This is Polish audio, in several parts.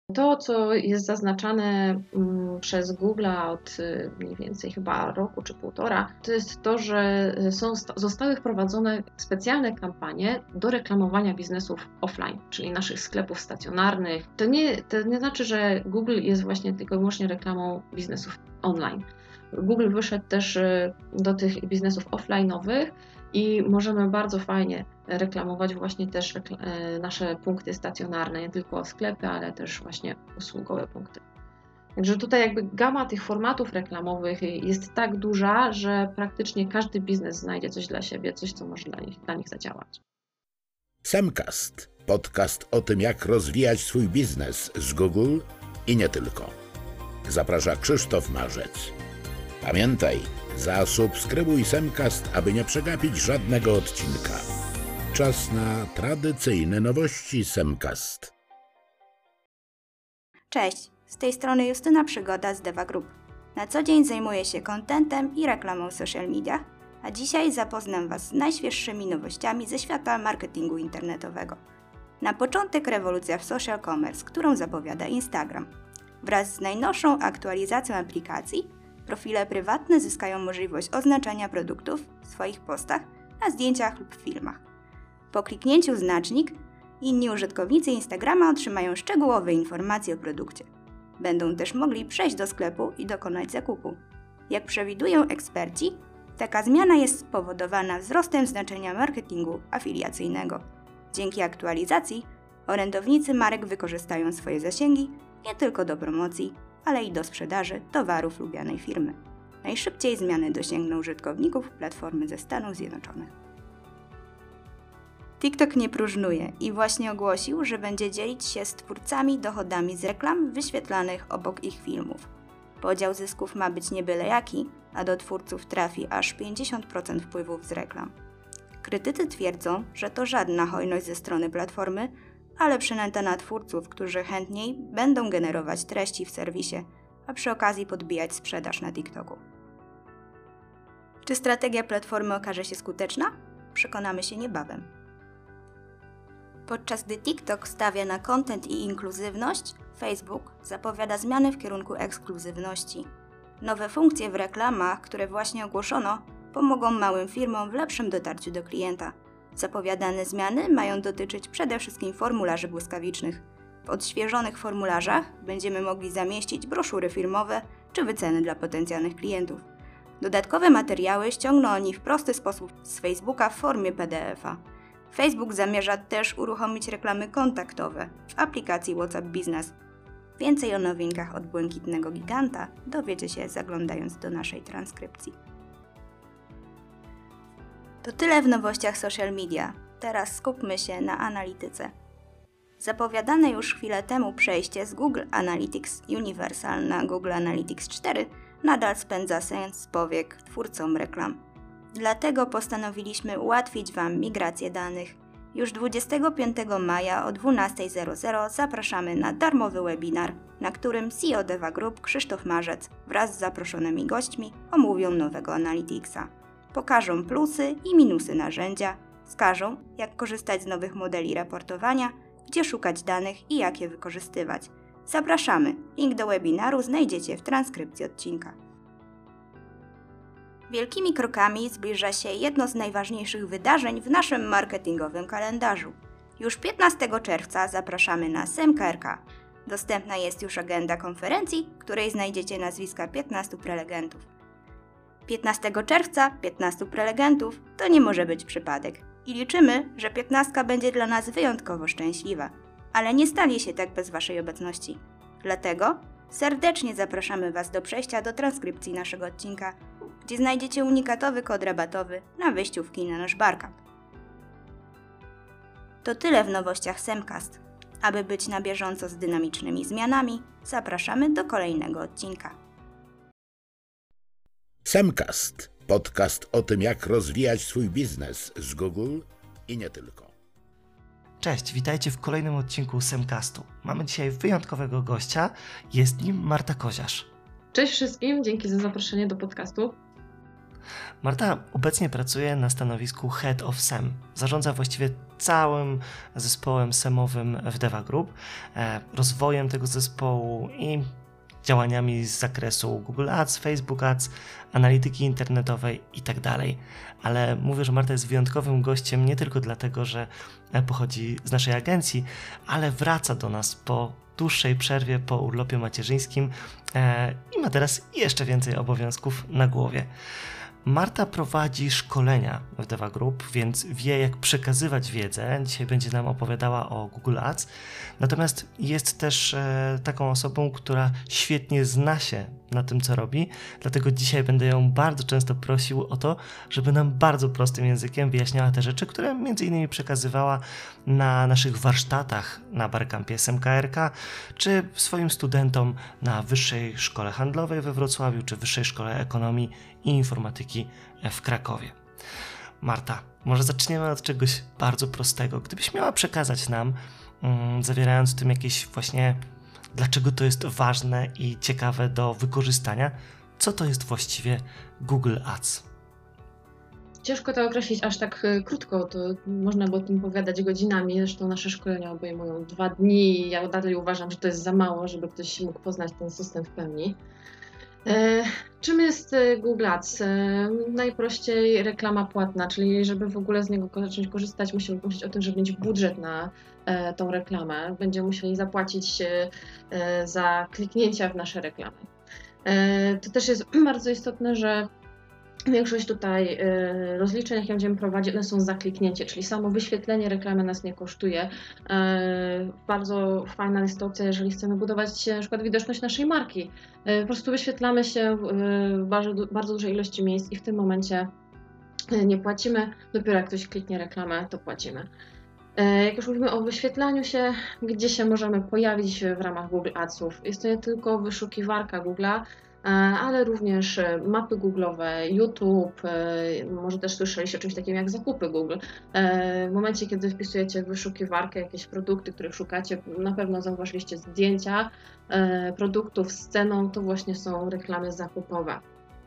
To, co jest zaznaczane przez Google'a od mniej więcej chyba roku czy półtora, to jest to, że zostały wprowadzone specjalne kampanie do reklamowania biznesów offline, czyli naszych sklepów stacjonarnych. To nie znaczy, że Google jest właśnie tylko i wyłącznie reklamą biznesów online. Google wyszedł też do tych biznesów offline'owych i możemy bardzo fajnie reklamować właśnie też nasze punkty stacjonarne, nie tylko sklepy, ale też właśnie usługowe punkty. Także tutaj jakby gama tych formatów reklamowych jest tak duża, że praktycznie każdy biznes znajdzie coś dla siebie, coś, co może dla nich zadziałać. Semcast, podcast o tym, jak rozwijać swój biznes z Google i nie tylko. Zaprasza Krzysztof Marzec. Pamiętaj, zasubskrybuj Semcast, aby nie przegapić żadnego odcinka. Czas na tradycyjne nowości Semcast. Cześć, z tej strony Justyna Przygoda z Deva Group. Na co dzień zajmuję się contentem i reklamą w social mediach, a dzisiaj zapoznam Was z najświeższymi nowościami ze świata marketingu internetowego. Na początek rewolucja w social commerce, którą zapowiada Instagram. Wraz z najnowszą aktualizacją aplikacji, profile prywatne zyskają możliwość oznaczania produktów w swoich postach, na zdjęciach lub filmach. Po kliknięciu znacznik, inni użytkownicy Instagrama otrzymają szczegółowe informacje o produkcie. Będą też mogli przejść do sklepu i dokonać zakupu. Jak przewidują eksperci, taka zmiana jest spowodowana wzrostem znaczenia marketingu afiliacyjnego. Dzięki aktualizacji orędownicy marek wykorzystają swoje zasięgi nie tylko do promocji, ale i do sprzedaży towarów lubianej firmy. Najszybciej zmiany dosięgną użytkowników platformy ze Stanów Zjednoczonych. TikTok nie próżnuje i właśnie ogłosił, że będzie dzielić się z twórcami dochodami z reklam wyświetlanych obok ich filmów. Podział zysków ma być nie byle jaki, a do twórców trafi aż 50% wpływów z reklam. Krytycy twierdzą, że to żadna hojność ze strony platformy, ale przynęta na twórców, którzy chętniej będą generować treści w serwisie, a przy okazji podbijać sprzedaż na TikToku. Czy strategia platformy okaże się skuteczna? Przekonamy się niebawem. Podczas gdy TikTok stawia na content i inkluzywność, Facebook zapowiada zmiany w kierunku ekskluzywności. Nowe funkcje w reklamach, które właśnie ogłoszono, pomogą małym firmom w lepszym dotarciu do klienta. Zapowiadane zmiany mają dotyczyć przede wszystkim formularzy błyskawicznych. W odświeżonych formularzach będziemy mogli zamieścić broszury firmowe czy wyceny dla potencjalnych klientów. Dodatkowe materiały ściągną oni w prosty sposób z Facebooka w formie PDF-a. Facebook zamierza też uruchomić reklamy kontaktowe w aplikacji WhatsApp Business. Więcej o nowinkach od błękitnego giganta dowiecie się zaglądając do naszej transkrypcji. To tyle w nowościach social media. Teraz skupmy się na analityce. Zapowiadane już chwilę temu przejście z Google Analytics Universal na Google Analytics 4 nadal spędza sens z powiek twórcom reklam. Dlatego postanowiliśmy ułatwić Wam migrację danych. Już 25 maja o 12:00 zapraszamy na darmowy webinar, na którym CEO Deva Group Krzysztof Marzec wraz z zaproszonymi gośćmi omówią nowego Analyticsa. Pokażą plusy i minusy narzędzia, wskażą, jak korzystać z nowych modeli raportowania, gdzie szukać danych i jak je wykorzystywać. Zapraszamy! Link do webinaru znajdziecie w transkrypcji odcinka. Wielkimi krokami zbliża się jedno z najważniejszych wydarzeń w naszym marketingowym kalendarzu. Już 15 czerwca zapraszamy na SEMKRK. Dostępna jest już agenda konferencji, w której znajdziecie nazwiska 15 prelegentów. 15 czerwca 15 prelegentów to nie może być przypadek i liczymy, że 15 będzie dla nas wyjątkowo szczęśliwa. Ale nie stanie się tak bez Waszej obecności. Dlatego serdecznie zapraszamy Was do przejścia do transkrypcji naszego odcinka, gdzie znajdziecie unikatowy kod rabatowy na wejściówki na nasz barcamp. To tyle w nowościach Semcast. Aby być na bieżąco z dynamicznymi zmianami, zapraszamy do kolejnego odcinka. Semcast, podcast o tym, jak rozwijać swój biznes z Google i nie tylko. Cześć, witajcie w kolejnym odcinku Semcastu. Mamy dzisiaj wyjątkowego gościa, jest nim Marta Koziarz. Cześć wszystkim, dzięki za zaproszenie do podcastu. Marta obecnie pracuje na stanowisku Head of SEM. Zarządza właściwie całym zespołem SEM-owym w Deva Group, rozwojem tego zespołu i działaniami z zakresu Google Ads, Facebook Ads, analityki internetowej itd. Ale mówię, że Marta jest wyjątkowym gościem nie tylko dlatego, że pochodzi z naszej agencji, ale wraca do nas po dłuższej przerwie, po urlopie macierzyńskim i ma teraz jeszcze więcej obowiązków na głowie. Marta prowadzi szkolenia w Deva Group, więc wie, jak przekazywać wiedzę. Dzisiaj będzie nam opowiadała o Google Ads. Natomiast jest też taką osobą, która świetnie zna się na tym, co robi. Dlatego dzisiaj będę ją bardzo często prosił o to, żeby nam bardzo prostym językiem wyjaśniała te rzeczy, które między innymi przekazywała na naszych warsztatach na Barcampie SMKRK, czy swoim studentom na Wyższej Szkole Handlowej we Wrocławiu, czy Wyższej Szkole Ekonomii i Informatyki w Krakowie. Marta, może zaczniemy od czegoś bardzo prostego. Gdybyś miała przekazać nam, zawierając w tym jakieś właśnie, dlaczego to jest ważne i ciekawe do wykorzystania, co to jest właściwie Google Ads? Ciężko to określić aż tak krótko, to można by o tym opowiadać godzinami, zresztą nasze szkolenia obejmują 2 dni i ja dalej uważam, że to jest za mało, żeby ktoś mógł poznać ten system w pełni. Czym jest Google Ads? Najprościej reklama płatna, czyli żeby w ogóle z niego zacząć korzystać, musimy pomyśleć o tym, żeby mieć budżet na tą reklamę. Będziemy musieli zapłacić za kliknięcia w nasze reklamy. To też jest bardzo istotne, że większość tutaj rozliczeń, jakie będziemy prowadzić, one są za kliknięcie, czyli samo wyświetlenie reklamy nas nie kosztuje. Bardzo fajna jest to opcja, jeżeli chcemy budować na przykład widoczność naszej marki. Po prostu wyświetlamy się w bardzo dużej ilości miejsc i w tym momencie nie płacimy. Dopiero jak ktoś kliknie reklamę, to płacimy. Jak już mówimy o wyświetlaniu się, gdzie się możemy pojawić w ramach Google Adsów, jest to nie tylko wyszukiwarka Google'a, ale również mapy google'owe, YouTube, może też słyszeliście o czymś takim jak zakupy Google. W momencie, kiedy wpisujecie w wyszukiwarkę jakieś produkty, których szukacie, na pewno zauważyliście zdjęcia produktów z ceną, to właśnie są reklamy zakupowe.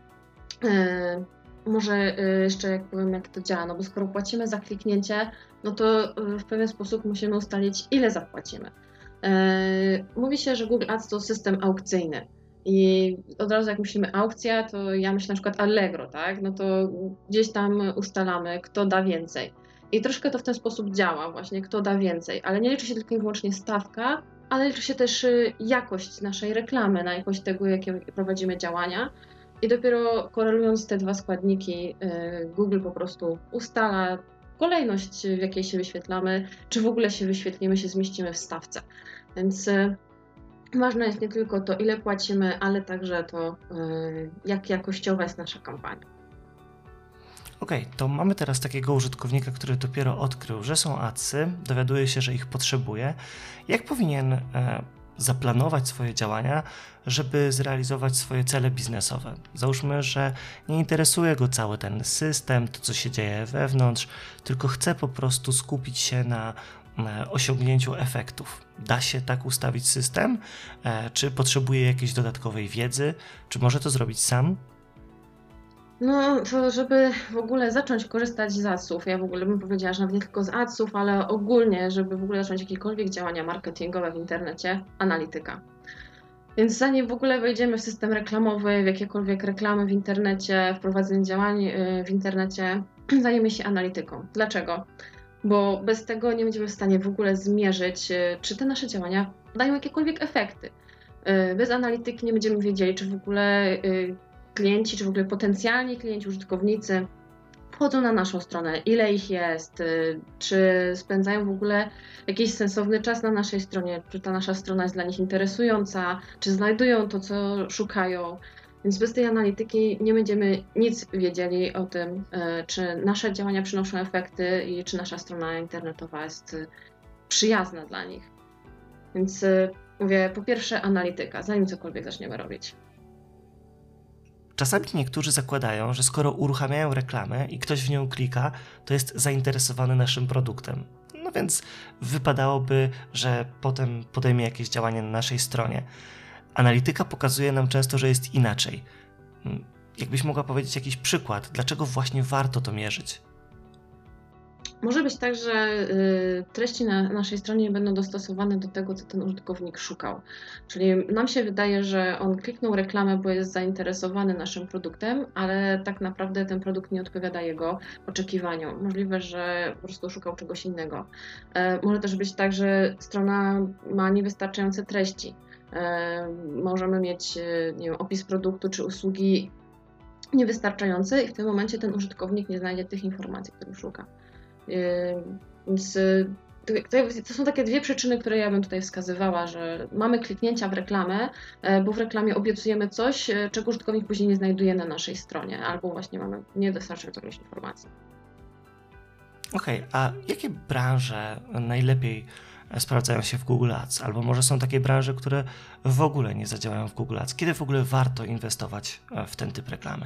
Może jeszcze jak powiem, jak to działa, no bo skoro płacimy za kliknięcie, no to w pewien sposób musimy ustalić, ile zapłacimy. Mówi się, że Google Ads to system aukcyjny. I od razu jak myślimy aukcja, to ja myślę na przykład Allegro, tak? No to gdzieś tam ustalamy, kto da więcej. I troszkę to w ten sposób działa właśnie, kto da więcej, ale nie liczy się tylko i wyłącznie stawka, ale liczy się też jakość naszej reklamy, na jakość tego, jakie prowadzimy działania. I dopiero korelując te 2 składniki, Google po prostu ustala kolejność, w jakiej się wyświetlamy, czy w ogóle się wyświetlimy, się zmieścimy w stawce. Więc ważne jest nie tylko to, ile płacimy, ale także to, jak jakościowa jest nasza kampania. Okej, to mamy teraz takiego użytkownika, który dopiero odkrył, że są adsy, dowiaduje się, że ich potrzebuje. Jak powinien zaplanować swoje działania, żeby zrealizować swoje cele biznesowe? Załóżmy, że nie interesuje go cały ten system, to co się dzieje wewnątrz, tylko chce po prostu skupić się na osiągnięciu efektów. Da się tak ustawić system? Czy potrzebuje jakiejś dodatkowej wiedzy? Czy może to zrobić sam? No to żeby w ogóle zacząć korzystać z adsów, ja w ogóle bym powiedziała, że nawet nie tylko z adsów, ale ogólnie, żeby w ogóle zacząć jakiekolwiek działania marketingowe w internecie, analityka. Więc zanim w ogóle wejdziemy w system reklamowy, w jakiekolwiek reklamy w internecie, wprowadzenie działań w internecie, zajmiemy się analityką. Dlaczego? Bo bez tego nie będziemy w stanie w ogóle zmierzyć, czy te nasze działania dają jakiekolwiek efekty. Bez analityki nie będziemy wiedzieli, czy w ogóle klienci, czy w ogóle potencjalni klienci, użytkownicy wchodzą na naszą stronę, ile ich jest, czy spędzają w ogóle jakiś sensowny czas na naszej stronie, czy ta nasza strona jest dla nich interesująca, czy znajdują to, co szukają. Więc bez tej analityki nie będziemy nic wiedzieli o tym, czy nasze działania przynoszą efekty i czy nasza strona internetowa jest przyjazna dla nich. Więc mówię, po pierwsze analityka, zanim cokolwiek zaczniemy robić. Czasami niektórzy zakładają, że skoro uruchamiają reklamę i ktoś w nią klika, to jest zainteresowany naszym produktem. No więc wypadałoby, że potem podejmie jakieś działanie na naszej stronie. Analityka pokazuje nam często, że jest inaczej. jakbyś mogła powiedzieć jakiś przykład, dlaczego właśnie warto to mierzyć? Może być tak, że treści na naszej stronie będą dostosowane do tego, co ten użytkownik szukał. Czyli nam się wydaje, że on kliknął reklamę, bo jest zainteresowany naszym produktem, ale tak naprawdę ten produkt nie odpowiada jego oczekiwaniom. Możliwe, że po prostu szukał czegoś innego. Może też być tak, że strona ma niewystarczające treści. Możemy mieć, nie wiem, opis produktu czy usługi niewystarczający i w tym momencie ten użytkownik nie znajdzie tych informacji, których szuka. Więc to są takie dwie przyczyny, które ja bym tutaj wskazywała, że mamy kliknięcia w reklamę, bo w reklamie obiecujemy coś, czego użytkownik później nie znajduje na naszej stronie, albo właśnie mamy niedostarczającą ilość informacji. Okej, a jakie branże najlepiej sprawdzają się w Google Ads? Albo może są takie branże, które w ogóle nie zadziałają w Google Ads? Kiedy w ogóle warto inwestować w ten typ reklamy?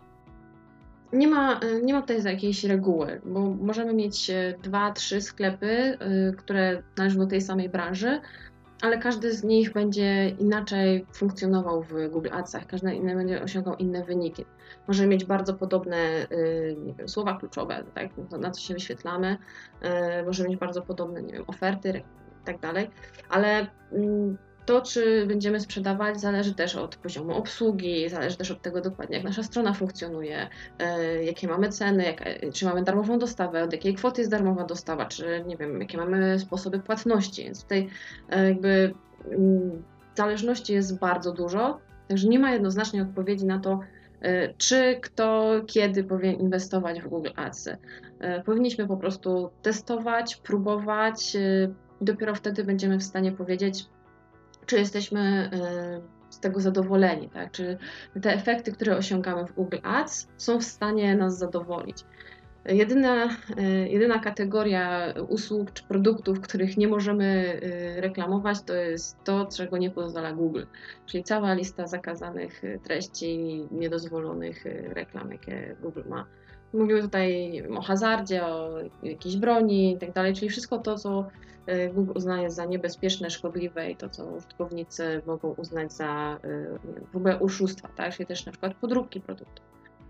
Nie ma tutaj jakiejś reguły, bo możemy mieć 2-3 sklepy, które należą do tej samej branży, ale każdy z nich będzie inaczej funkcjonował w Google Adsach, każdy inny będzie osiągał inne wyniki. Możemy mieć bardzo podobne nie wiem, słowa kluczowe, tak, na co się wyświetlamy, możemy mieć bardzo podobne nie wiem, oferty i tak dalej, ale to, czy będziemy sprzedawać, zależy też od poziomu obsługi, zależy też od tego dokładnie, jak nasza strona funkcjonuje, jakie mamy ceny, czy mamy darmową dostawę, od jakiej kwoty jest darmowa dostawa, czy nie wiem, jakie mamy sposoby płatności. Więc tutaj jakby zależności jest bardzo dużo, także nie ma jednoznacznej odpowiedzi na to, czy kto, kiedy powinien inwestować w Google Adsy. Powinniśmy po prostu testować, próbować, dopiero wtedy będziemy w stanie powiedzieć, czy jesteśmy z tego zadowoleni, tak? Czy te efekty, które osiągamy w Google Ads, są w stanie nas zadowolić. Jedyna kategoria usług czy produktów, których nie możemy reklamować, to jest to, czego nie pozwala Google, czyli cała lista zakazanych treści, niedozwolonych reklam, jakie Google ma. Mówimy tutaj o hazardzie, o jakiejś broni i tak dalej, czyli wszystko to, co Google uznaje za niebezpieczne, szkodliwe i to, co użytkownicy mogą uznać za w ogóle oszustwa, tak? Czyli też na przykład podróbki produktów.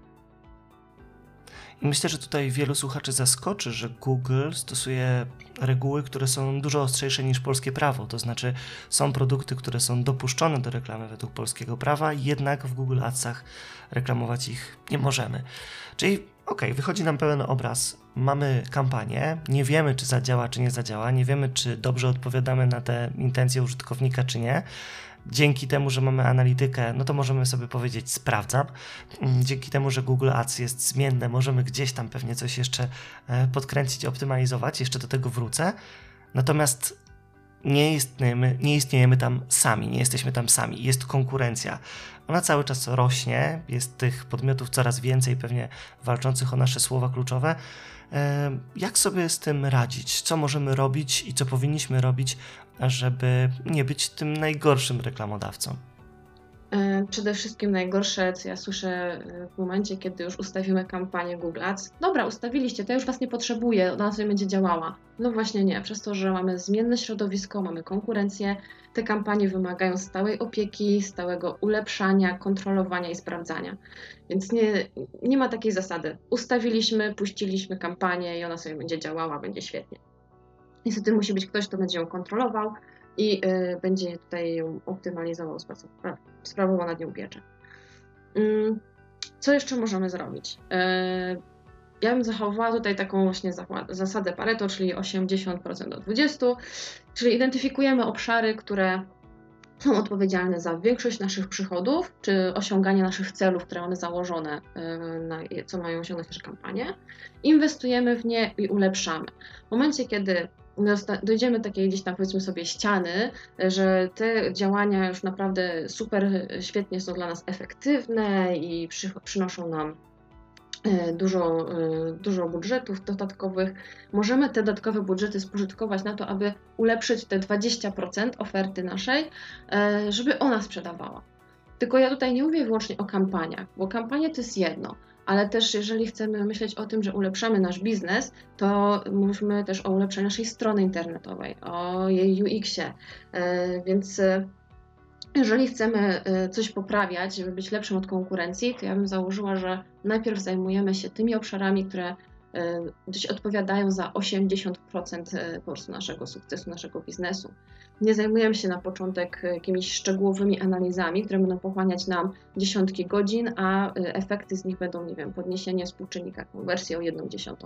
I myślę, że tutaj wielu słuchaczy zaskoczy, że Google stosuje reguły, które są dużo ostrzejsze niż polskie prawo. To znaczy są produkty, które są dopuszczone do reklamy według polskiego prawa, jednak w Google Adsach reklamować ich nie możemy. Czyli wychodzi nam pełen obraz. Mamy kampanię, nie wiemy, czy zadziała, czy nie zadziała, nie wiemy, czy dobrze odpowiadamy na te intencje użytkownika, czy nie. Dzięki temu, że mamy analitykę, no to możemy sobie powiedzieć sprawdzam. Dzięki temu, że Google Ads jest zmienne, możemy gdzieś tam pewnie coś jeszcze podkręcić, optymalizować, jeszcze do tego wrócę. Natomiast nie istniejemy tam sami, nie jesteśmy tam sami, jest konkurencja. Ona cały czas rośnie, jest tych podmiotów coraz więcej, pewnie walczących o nasze słowa kluczowe. Jak sobie z tym radzić? Co możemy robić i co powinniśmy robić, żeby nie być tym najgorszym reklamodawcą? Przede wszystkim najgorsze, co ja słyszę w momencie, kiedy już ustawimy kampanię Google Ads. Dobra, ustawiliście, to ja już Was nie potrzebuję, ona sobie będzie działała. No właśnie nie, przez to, że mamy zmienne środowisko, mamy konkurencję, te kampanie wymagają stałej opieki, stałego ulepszania, kontrolowania i sprawdzania. Więc nie ma takiej zasady. Ustawiliśmy, puściliśmy kampanię i ona sobie będzie działała, będzie świetnie. Niestety musi być ktoś, kto będzie ją kontrolował i będzie tutaj ją optymalizował, sprawował nad nią pieczę. Co jeszcze możemy zrobić? Ja bym zachowała tutaj taką właśnie zasadę Pareto, czyli 80% do 20%, czyli identyfikujemy obszary, które są odpowiedzialne za większość naszych przychodów, czy osiąganie naszych celów, które mamy założone, co mają osiągnąć nasze kampanie. Inwestujemy w nie i ulepszamy. W momencie, kiedy dojdziemy do takiej gdzieś tam, powiedzmy sobie, ściany, że te działania już naprawdę super, świetnie są dla nas efektywne i przynoszą nam dużo budżetów dodatkowych. Możemy te dodatkowe budżety spożytkować na to, aby ulepszyć te 20% oferty naszej, żeby ona sprzedawała. Tylko ja tutaj nie mówię wyłącznie o kampaniach, bo kampanie to jest jedno, ale też jeżeli chcemy myśleć o tym, że ulepszamy nasz biznes, to mówmy też o ulepszeniu naszej strony internetowej, o jej UX-ie, więc Jeżeli chcemy coś poprawiać, żeby być lepszym od konkurencji, to ja bym założyła, że najpierw zajmujemy się tymi obszarami, które gdzieś odpowiadają za 80% po prostu naszego sukcesu, naszego biznesu. Nie zajmujemy się na początek jakimiś szczegółowymi analizami, które będą pochłaniać nam dziesiątki godzin, a efekty z nich będą, nie wiem, podniesienie współczynnika konwersji o 0,1%.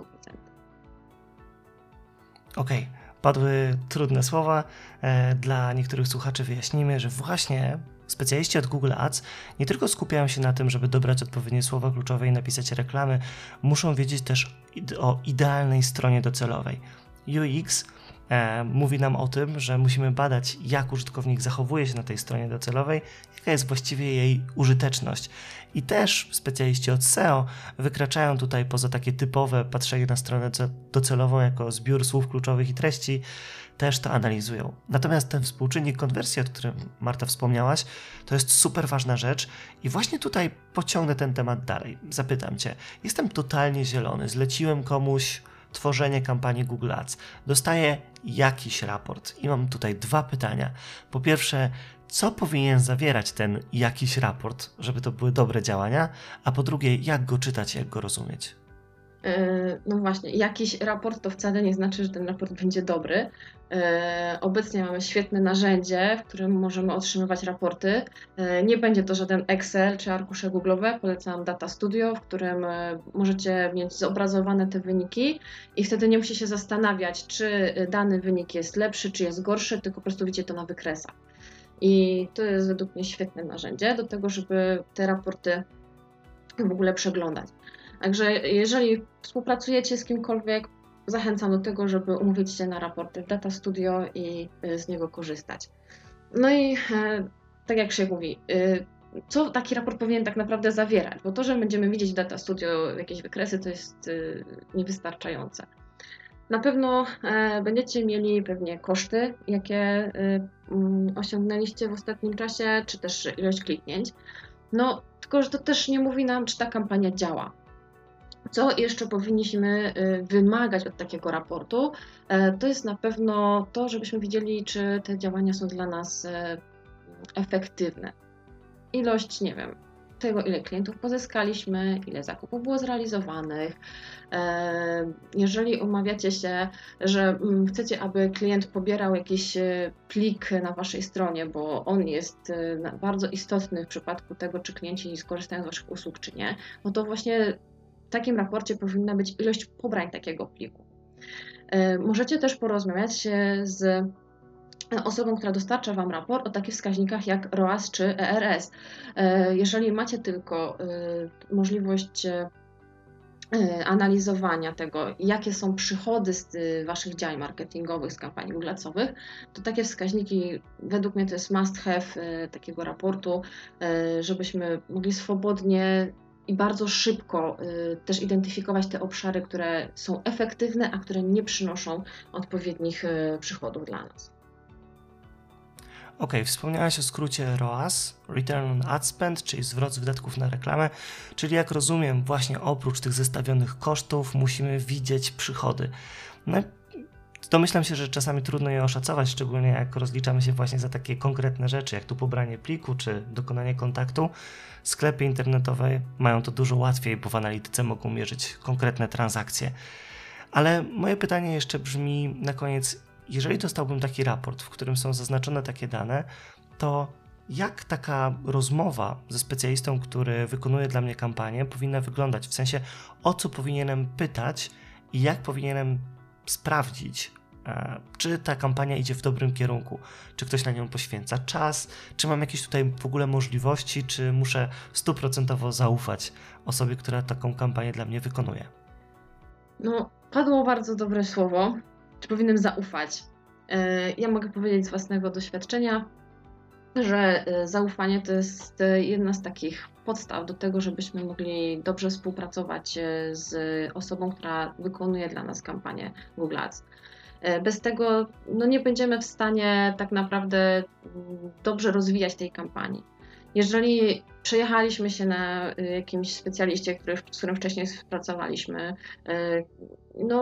Okej. Padły trudne słowa. Dla niektórych słuchaczy wyjaśnijmy, że właśnie specjaliści od Google Ads nie tylko skupiają się na tym, żeby dobrać odpowiednie słowa kluczowe i napisać reklamy, muszą wiedzieć też o idealnej stronie docelowej. UX mówi nam o tym, że musimy badać, jak użytkownik zachowuje się na tej stronie docelowej, jaka jest właściwie jej użyteczność. I też specjaliści od SEO wykraczają tutaj poza takie typowe patrzenie na stronę docelową jako zbiór słów kluczowych i treści, też to analizują. Natomiast ten współczynnik konwersji, o którym Marta wspomniałaś, to jest super ważna rzecz i właśnie tutaj pociągnę ten temat dalej. Zapytam Cię, jestem totalnie zielony, zleciłem komuś tworzenie kampanii Google Ads. Dostaję jakiś raport i mam tutaj 2 pytania. Po pierwsze, co powinien zawierać ten jakiś raport, żeby to były dobre działania, a po drugie, jak go czytać, jak go rozumieć? No właśnie, jakiś raport to wcale nie znaczy, że ten raport będzie dobry. Obecnie mamy świetne narzędzie, w którym możemy otrzymywać raporty. Nie będzie to żaden Excel czy arkusze Google'owe. Polecam Data Studio, w którym możecie mieć zobrazowane te wyniki i wtedy nie musicie się zastanawiać, czy dany wynik jest lepszy, czy jest gorszy, tylko po prostu widzicie to na wykresach. I to jest według mnie świetne narzędzie do tego, żeby te raporty w ogóle przeglądać. Także jeżeli współpracujecie z kimkolwiek, zachęcam do tego, żeby umówić się na raporty w Data Studio i z niego korzystać. No i tak jak się mówi, co taki raport powinien tak naprawdę zawierać? Bo to, że będziemy widzieć w Data Studio jakieś wykresy, to jest niewystarczające. Na pewno będziecie mieli pewnie koszty, jakie osiągnęliście w ostatnim czasie, czy też ilość kliknięć. No, tylko że to też nie mówi nam, czy ta kampania działa. Co jeszcze powinniśmy wymagać od takiego raportu, to jest na pewno to, żebyśmy widzieli, czy te działania są dla nas efektywne. Ilość, nie wiem, tego, ile klientów pozyskaliśmy, ile zakupów było zrealizowanych. Jeżeli umawiacie się, że chcecie, aby klient pobierał jakiś plik na waszej stronie, bo on jest bardzo istotny w przypadku tego, czy klienci skorzystają z waszych usług, czy nie, no to właśnie w takim raporcie powinna być ilość pobrań takiego pliku. Możecie też porozmawiać z osobą, która dostarcza Wam raport o takich wskaźnikach jak ROAS czy ERS. Jeżeli macie tylko możliwość analizowania tego, jakie są przychody z Waszych działań marketingowych, z kampanii Google Adsowych, to takie wskaźniki według mnie to jest must have takiego raportu, żebyśmy mogli swobodnie i bardzo szybko też identyfikować te obszary, które są efektywne, a które nie przynoszą odpowiednich przychodów dla nas. Okej, wspomniałaś o skrócie ROAS, Return on Ad Spend, czyli zwrot z wydatków na reklamę, czyli jak rozumiem, właśnie oprócz tych zestawionych kosztów musimy widzieć przychody. No, domyślam się, że czasami trudno je oszacować, szczególnie jak rozliczamy się właśnie za takie konkretne rzeczy, jak tu pobranie pliku czy dokonanie kontaktu. Sklepy internetowe mają to dużo łatwiej, bo w analityce mogą mierzyć konkretne transakcje. Ale moje pytanie jeszcze brzmi na koniec, jeżeli dostałbym taki raport, w którym są zaznaczone takie dane, to jak taka rozmowa ze specjalistą, który wykonuje dla mnie kampanię, powinna wyglądać? W sensie, o co powinienem pytać i jak powinienem sprawdzić, czy ta kampania idzie w dobrym kierunku, czy ktoś na nią poświęca czas, czy mam jakieś tutaj w ogóle możliwości, czy muszę 100% zaufać osobie, która taką kampanię dla mnie wykonuje. No, padło bardzo dobre słowo. Czy powinienem zaufać? Ja mogę powiedzieć z własnego doświadczenia, że zaufanie to jest jedna z takich podstaw do tego, żebyśmy mogli dobrze współpracować z osobą, która wykonuje dla nas kampanię Google Ads. Bez tego nie będziemy w stanie tak naprawdę dobrze rozwijać tej kampanii. Jeżeli przejechaliśmy się na jakimś specjaliście, z którym wcześniej współpracowaliśmy,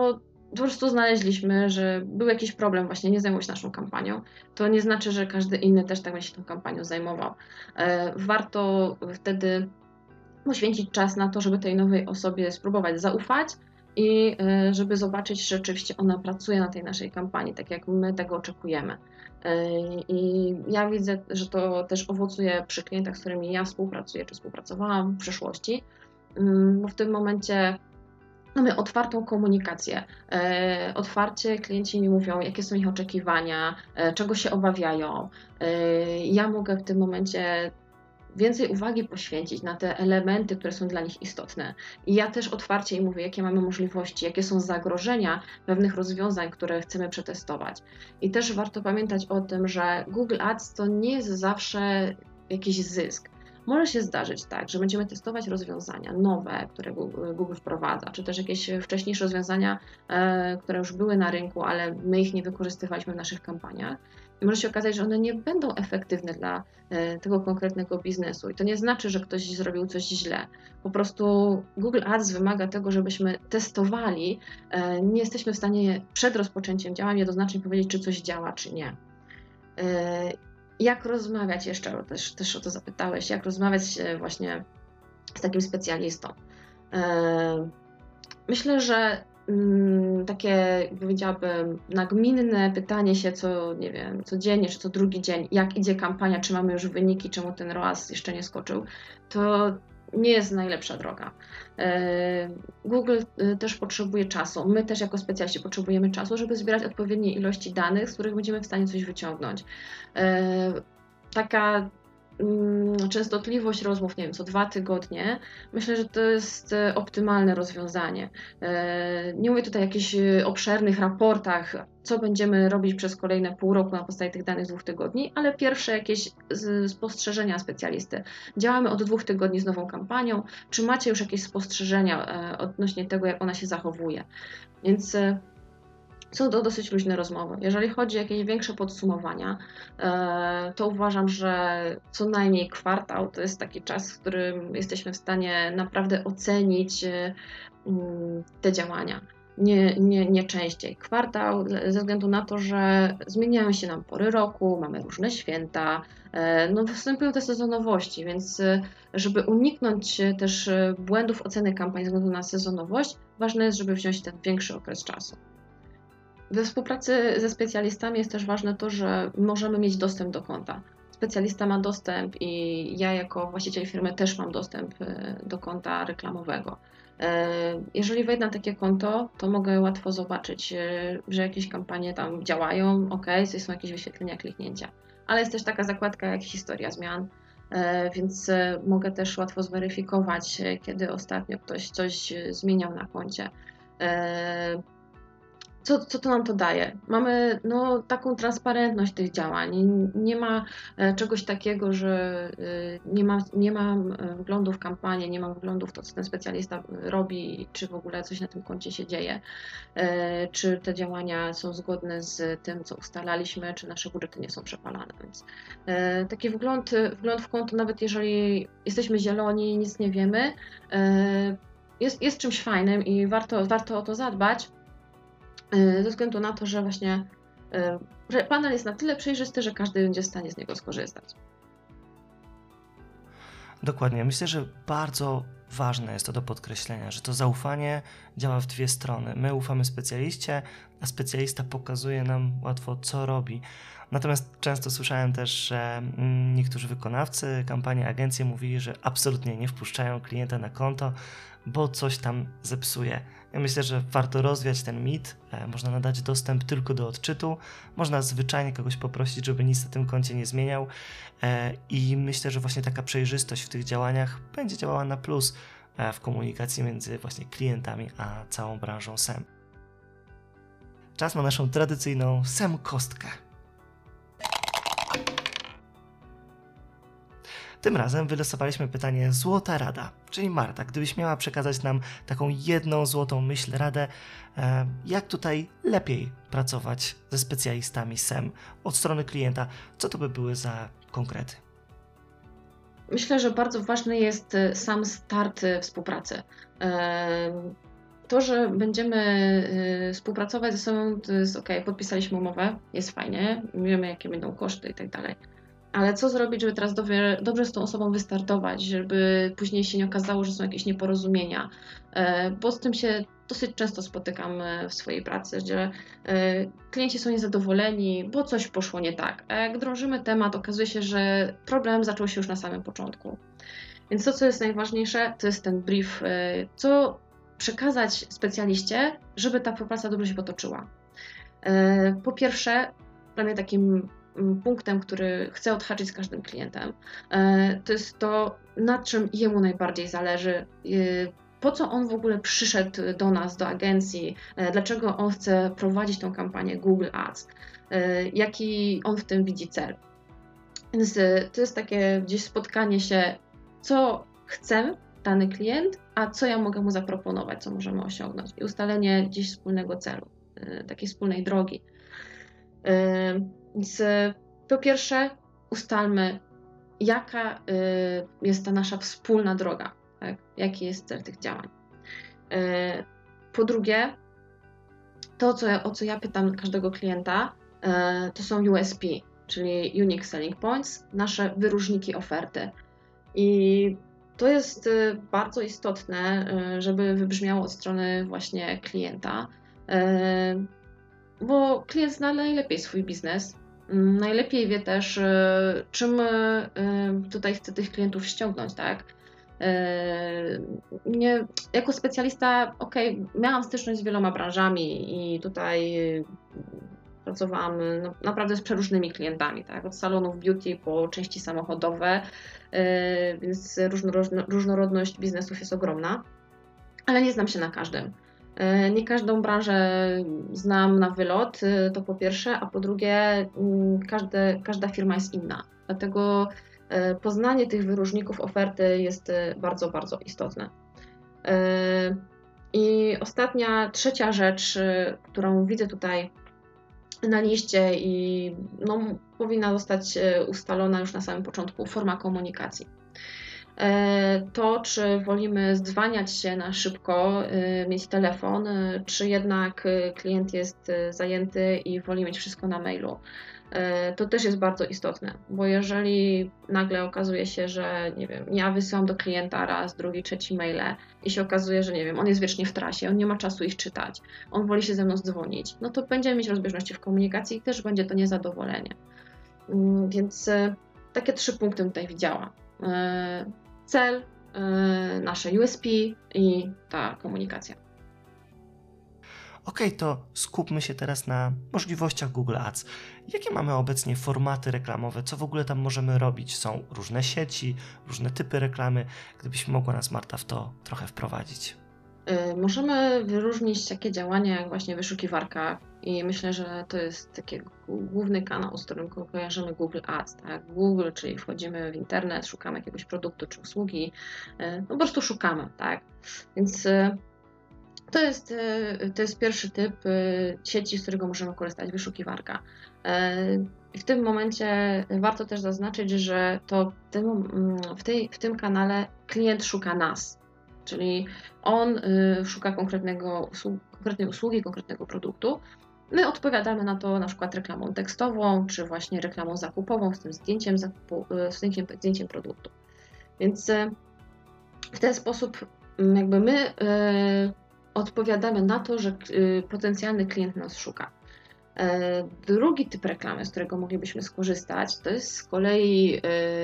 po prostu znaleźliśmy, że był jakiś problem, właśnie nie zajmował się naszą kampanią, to nie znaczy, że każdy inny też tak będzie się tą kampanią zajmował. Warto wtedy poświęcić czas na to, żeby tej nowej osobie spróbować zaufać i żeby zobaczyć, że rzeczywiście ona pracuje na tej naszej kampanii, tak jak my tego oczekujemy. I ja widzę, że to też owocuje przy klientach, z którymi ja współpracuję, czy współpracowałam w przeszłości, bo w tym momencie mamy otwartą komunikację. Otwarcie klienci mi mówią, jakie są ich oczekiwania, czego się obawiają. Ja mogę w tym momencie więcej uwagi poświęcić na te elementy, które są dla nich istotne. I ja też otwarcie im mówię, jakie mamy możliwości, jakie są zagrożenia pewnych rozwiązań, które chcemy przetestować. I też warto pamiętać o tym, że Google Ads to nie jest zawsze jakiś zysk. Może się zdarzyć tak, że będziemy testować rozwiązania nowe, które Google wprowadza, czy też jakieś wcześniejsze rozwiązania, które już były na rynku, ale my ich nie wykorzystywaliśmy w naszych kampaniach. I może się okazać, że one nie będą efektywne dla tego konkretnego biznesu. I to nie znaczy, że ktoś zrobił coś źle. Po prostu Google Ads wymaga tego, żebyśmy testowali. Nie jesteśmy w stanie przed rozpoczęciem działania jednoznacznie powiedzieć, czy coś działa, czy nie. Jak rozmawiać jeszcze, też o to zapytałeś, jak rozmawiać właśnie z takim specjalistą? Myślę, że takie, powiedziałabym, nagminne pytanie się codziennie czy co drugi dzień, jak idzie kampania, czy mamy już wyniki, czemu ten ROAS jeszcze nie skoczył, to nie jest najlepsza droga. Google też potrzebuje czasu. My też jako specjaliści potrzebujemy czasu, żeby zbierać odpowiednie ilości danych, z których będziemy w stanie coś wyciągnąć. Taka częstotliwość rozmów, nie wiem, co 2 tygodnie, myślę, że to jest optymalne rozwiązanie. Nie mówię tutaj o jakichś obszernych raportach, co będziemy robić przez kolejne pół roku na podstawie tych danych z 2 tygodni, ale pierwsze jakieś spostrzeżenia specjalisty. Działamy od 2 tygodni z nową kampanią. Czy macie już jakieś spostrzeżenia odnośnie tego, jak ona się zachowuje? Więc są to dosyć luźne rozmowy. Jeżeli chodzi o jakieś większe podsumowania, to uważam, że co najmniej kwartał to jest taki czas, w którym jesteśmy w stanie naprawdę ocenić te działania. Nie częściej. Kwartał ze względu na to, że zmieniają się nam pory roku, mamy różne święta, występują te sezonowości, więc żeby uniknąć też błędów oceny kampanii ze względu na sezonowość, ważne jest, żeby wziąć ten większy okres czasu. We współpracy ze specjalistami jest też ważne to, że możemy mieć dostęp do konta. Specjalista ma dostęp i ja jako właściciel firmy też mam dostęp do konta reklamowego. Jeżeli wejdę na takie konto, to mogę łatwo zobaczyć, że jakieś kampanie tam działają, są jakieś wyświetlenia, kliknięcia. Ale jest też taka zakładka jak historia zmian, więc mogę też łatwo zweryfikować, kiedy ostatnio ktoś coś zmieniał na koncie. Co to nam to daje? Mamy taką transparentność tych działań. Nie ma czegoś takiego, że nie mam wglądu w kampanię, nie mam wglądu w to, co ten specjalista robi, czy w ogóle coś na tym koncie się dzieje, czy te działania są zgodne z tym, co ustalaliśmy, czy nasze budżety nie są przepalane. Więc taki wgląd w konto, nawet jeżeli jesteśmy zieloni i nic nie wiemy, jest czymś fajnym i warto o to zadbać. Ze względu na to, że właśnie że panel jest na tyle przejrzysty, że każdy będzie w stanie z niego skorzystać. Dokładnie. Myślę, że bardzo ważne jest to do podkreślenia, że to zaufanie działa w 2 strony. My ufamy specjaliście, a specjalista pokazuje nam łatwo, co robi. Natomiast często słyszałem też, że niektórzy wykonawcy, kampanie, agencje mówili, że absolutnie nie wpuszczają klienta na konto, bo coś tam zepsuje. Ja myślę, że warto rozwiać ten mit, można nadać dostęp tylko do odczytu, można zwyczajnie kogoś poprosić, żeby nic na tym koncie nie zmieniał i myślę, że właśnie taka przejrzystość w tych działaniach będzie działała na plus w komunikacji między właśnie klientami a całą branżą SEM. Czas na naszą tradycyjną SEM-kostkę. Tym razem wylosowaliśmy pytanie Złota Rada, czyli Marta, gdybyś miała przekazać nam taką jedną złotą myśl, radę, jak tutaj lepiej pracować ze specjalistami SEM od strony klienta, co to by były za konkrety? Myślę, że bardzo ważny jest sam start współpracy. to, że będziemy współpracować ze sobą, to jest ok, podpisaliśmy umowę, jest fajnie, wiemy jakie będą koszty i tak dalej. Ale co zrobić, żeby teraz dobrze z tą osobą wystartować, żeby później się nie okazało, że są jakieś nieporozumienia, bo z tym się dosyć często spotykam w swojej pracy, że klienci są niezadowoleni, bo coś poszło nie tak. A jak drążymy temat, okazuje się, że problem zaczął się już na samym początku. Więc to, co jest najważniejsze, to jest ten brief, co przekazać specjaliście, żeby ta współpraca dobrze się potoczyła. Po pierwsze, dla mnie takim punktem, który chcę odhaczyć z każdym klientem, to jest to, na czym jemu najbardziej zależy, po co on w ogóle przyszedł do nas, do agencji, dlaczego on chce prowadzić tą kampanię Google Ads, jaki on w tym widzi cel. Więc to jest takie gdzieś spotkanie się, co chce dany klient, a co ja mogę mu zaproponować, co możemy osiągnąć i ustalenie gdzieś wspólnego celu, takiej wspólnej drogi. Więc po pierwsze ustalmy, jaka jest ta nasza wspólna droga, tak? Jaki jest cel tych działań. Po drugie, to o co ja pytam każdego klienta, to są USP, czyli Unique Selling Points, nasze wyróżniki oferty. I to jest bardzo istotne, żeby wybrzmiało od strony właśnie klienta, bo klient zna najlepiej swój biznes, najlepiej wie też, czym tutaj chce tych klientów ściągnąć, tak? Jako specjalista, miałam styczność z wieloma branżami i tutaj pracowałam naprawdę z przeróżnymi klientami, tak? Od salonów beauty po części samochodowe, więc różnorodność biznesów jest ogromna, ale nie znam się na każdym. Nie każdą branżę znam na wylot, to po pierwsze, a po drugie każda firma jest inna. Dlatego poznanie tych wyróżników oferty jest bardzo, bardzo istotne. I trzecia rzecz, którą widzę tutaj na liście i powinna zostać ustalona już na samym początku, forma komunikacji. To, czy wolimy zdzwaniać się na szybko, mieć telefon, czy jednak klient jest zajęty i woli mieć wszystko na mailu. To też jest bardzo istotne, bo jeżeli nagle okazuje się, że ja wysyłam do klienta raz, drugi, trzeci maile i się okazuje, że on jest wiecznie w trasie, on nie ma czasu ich czytać, on woli się ze mną dzwonić, no to będziemy mieć rozbieżności w komunikacji i też będzie to niezadowolenie. Więc takie 3 punkty tutaj widziała. Cel, nasze USP i ta komunikacja. Ok, to skupmy się teraz na możliwościach Google Ads. Jakie mamy obecnie formaty reklamowe? Co w ogóle tam możemy robić? Są różne sieci, różne typy reklamy. Gdybyś mogła nas, Marta, w to trochę wprowadzić. Możemy wyróżnić takie działania jak właśnie wyszukiwarka i myślę, że to jest taki główny kanał, z którym kojarzymy Google Ads, tak? Google, czyli wchodzimy w internet, szukamy jakiegoś produktu czy usługi, po prostu szukamy, tak? Więc to jest pierwszy typ sieci, z którego możemy korzystać, wyszukiwarka. W tym momencie warto też zaznaczyć, że w tym kanale klient szuka nas, czyli on szuka konkretnej usługi, konkretnego produktu. My odpowiadamy na to na przykład reklamą tekstową, czy właśnie reklamą zakupową, z tym zdjęciem produktu. Więc w ten sposób my odpowiadamy na to, że potencjalny klient nas szuka. Drugi typ reklamy, z którego moglibyśmy skorzystać, to jest z kolei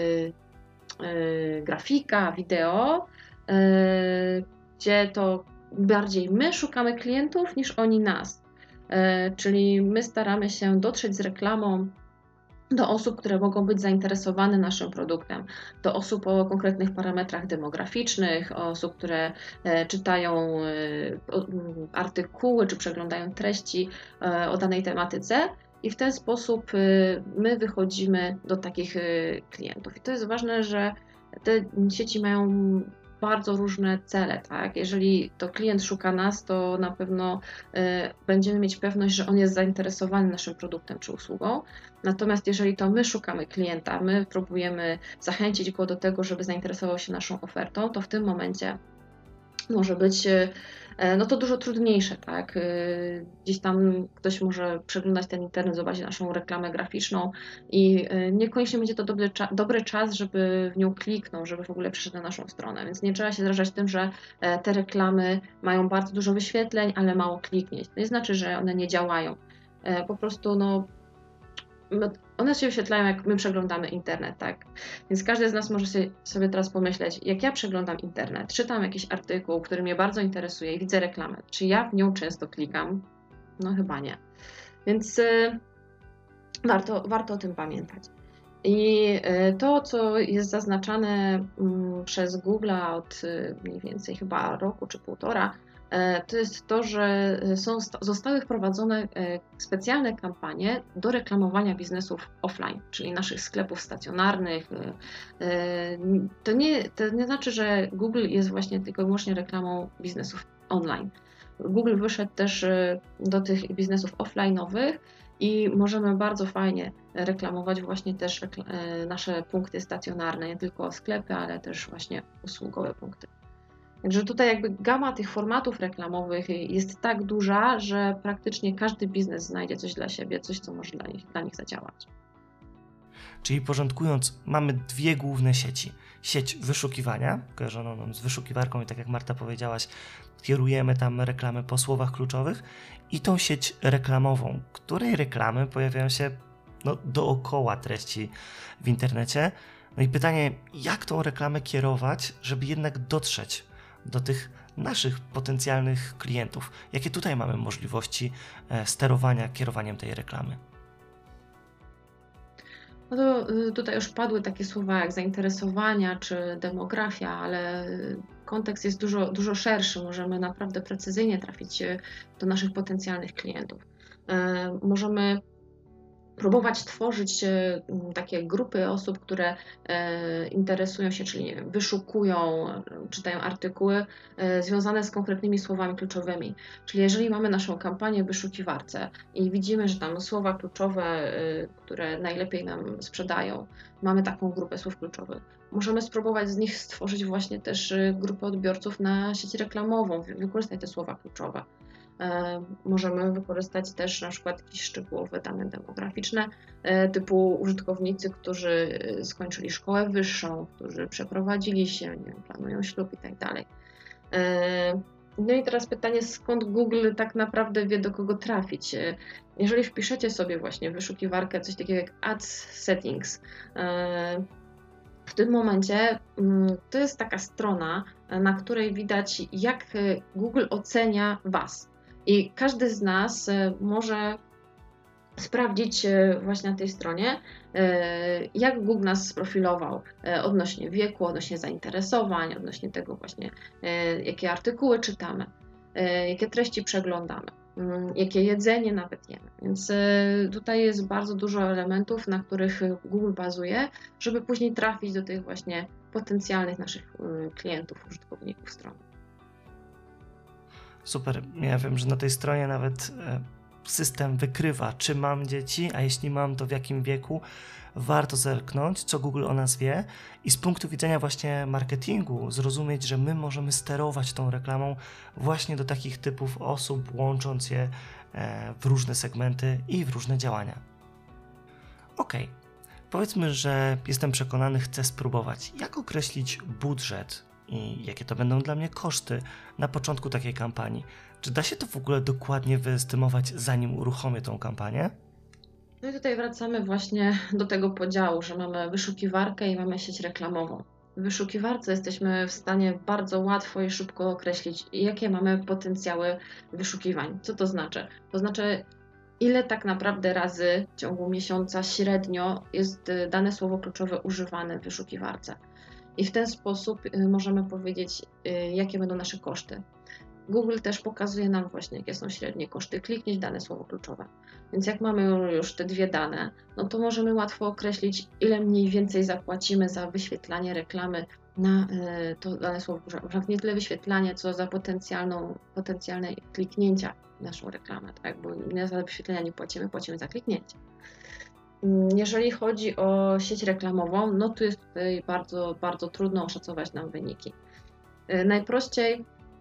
grafika, wideo, gdzie to bardziej my szukamy klientów niż oni nas. Czyli my staramy się dotrzeć z reklamą do osób, które mogą być zainteresowane naszym produktem, do osób o konkretnych parametrach demograficznych, osób, które czytają artykuły czy przeglądają treści o danej tematyce i w ten sposób my wychodzimy do takich klientów. I to jest ważne, że te sieci mają bardzo różne cele, tak? Jeżeli to klient szuka nas, to na pewno będziemy mieć pewność, że on jest zainteresowany naszym produktem czy usługą. Natomiast jeżeli to my szukamy klienta, my próbujemy zachęcić go do tego, żeby zainteresował się naszą ofertą, to w tym momencie może być no to dużo trudniejsze, tak? Gdzieś tam ktoś może przeglądać ten internet, zobaczyć naszą reklamę graficzną i niekoniecznie będzie to dobry czas, żeby w nią kliknął, żeby w ogóle przyszedł na naszą stronę, więc nie trzeba się zrażać tym, że te reklamy mają bardzo dużo wyświetleń, ale mało kliknięć. To nie znaczy, że one nie działają. Po prostu no, one się wyświetlają, jak my przeglądamy internet, tak? Więc każdy z nas może sobie teraz pomyśleć, jak ja przeglądam internet, czytam jakiś artykuł, który mnie bardzo interesuje i widzę reklamę, czy ja w nią często klikam? No chyba nie. Więc warto o tym pamiętać. I to, co jest zaznaczane przez Google'a od mniej więcej chyba roku czy półtora, to jest to, że zostały wprowadzone specjalne kampanie do reklamowania biznesów offline, czyli naszych sklepów stacjonarnych. To nie znaczy, że Google jest właśnie tylko i wyłącznie reklamą biznesów online. Google wyszedł też do tych biznesów offline'owych i możemy bardzo fajnie reklamować właśnie też nasze punkty stacjonarne, nie tylko sklepy, ale też właśnie usługowe punkty. Także tutaj jakby gama tych formatów reklamowych jest tak duża, że praktycznie każdy biznes znajdzie coś dla siebie, coś, co może dla nich zadziałać. Czyli porządkując, mamy dwie główne sieci. Sieć wyszukiwania, kojarzoną nam z wyszukiwarką i tak jak Marta powiedziałaś, kierujemy tam reklamy po słowach kluczowych i tą sieć reklamową, której reklamy pojawiają się dookoła treści w internecie. No i pytanie, jak tą reklamę kierować, żeby jednak dotrzeć do tych naszych potencjalnych klientów? Jakie tutaj mamy możliwości sterowania, kierowaniem tej reklamy? No to tutaj już padły takie słowa jak zainteresowania czy demografia, ale kontekst jest dużo szerszy. Możemy naprawdę precyzyjnie trafić do naszych potencjalnych klientów. Możemy próbować tworzyć takie grupy osób, które interesują się, czyli nie wiem, wyszukują, czytają artykuły związane z konkretnymi słowami kluczowymi. Czyli jeżeli mamy naszą kampanię w wyszukiwarce i widzimy, że tam słowa kluczowe, które najlepiej nam sprzedają, mamy taką grupę słów kluczowych, możemy spróbować z nich stworzyć właśnie też grupę odbiorców na sieć reklamową, wykorzystać te słowa kluczowe. Możemy wykorzystać też na przykład jakieś szczegółowe dane demograficzne, typu użytkownicy, którzy skończyli szkołę wyższą, którzy przeprowadzili się, nie wiem, planują ślub i tak dalej. No i teraz pytanie, skąd Google tak naprawdę wie, do kogo trafić? Jeżeli wpiszecie sobie właśnie w wyszukiwarkę coś takiego jak Ads Settings, w tym momencie to jest taka strona, na której widać, jak Google ocenia Was. I każdy z nas może sprawdzić właśnie na tej stronie, jak Google nas sprofilował odnośnie wieku, odnośnie zainteresowań, odnośnie tego właśnie, jakie artykuły czytamy, jakie treści przeglądamy, jakie jedzenie nawet jemy. Więc tutaj jest bardzo dużo elementów, na których Google bazuje, żeby później trafić do tych właśnie potencjalnych naszych klientów, użytkowników strony. Super. Ja wiem, że na tej stronie nawet system wykrywa, czy mam dzieci, a jeśli mam, to w jakim wieku. Warto zerknąć, co Google o nas wie i z punktu widzenia właśnie marketingu zrozumieć, że my możemy sterować tą reklamą właśnie do takich typów osób, łącząc je w różne segmenty i w różne działania. Okej. Powiedzmy, że jestem przekonany, chcę spróbować. Jak określić budżet i jakie to będą dla mnie koszty na początku takiej kampanii? Czy da się to w ogóle dokładnie wyestymować, zanim uruchomię tą kampanię? No i tutaj wracamy właśnie do tego podziału, że mamy wyszukiwarkę i mamy sieć reklamową. W wyszukiwarce jesteśmy w stanie bardzo łatwo i szybko określić, jakie mamy potencjały wyszukiwań. Co to znaczy? To znaczy, ile tak naprawdę razy w ciągu miesiąca średnio jest dane słowo kluczowe używane w wyszukiwarce. I w ten sposób możemy powiedzieć, jakie będą nasze koszty. Google też pokazuje nam właśnie, jakie są średnie koszty kliknięć, dane słowo kluczowe. Więc jak mamy już te dwie dane, no to możemy łatwo określić, ile mniej więcej zapłacimy za wyświetlanie reklamy na to dane słowo kluczowe. Nie tyle wyświetlanie, co za potencjalne kliknięcia w naszą reklamę, tak? Bo nie za wyświetlenia nie płacimy za kliknięcie. Jeżeli chodzi o sieć reklamową, no to jest tutaj bardzo, bardzo trudno oszacować nam wyniki. Najprościej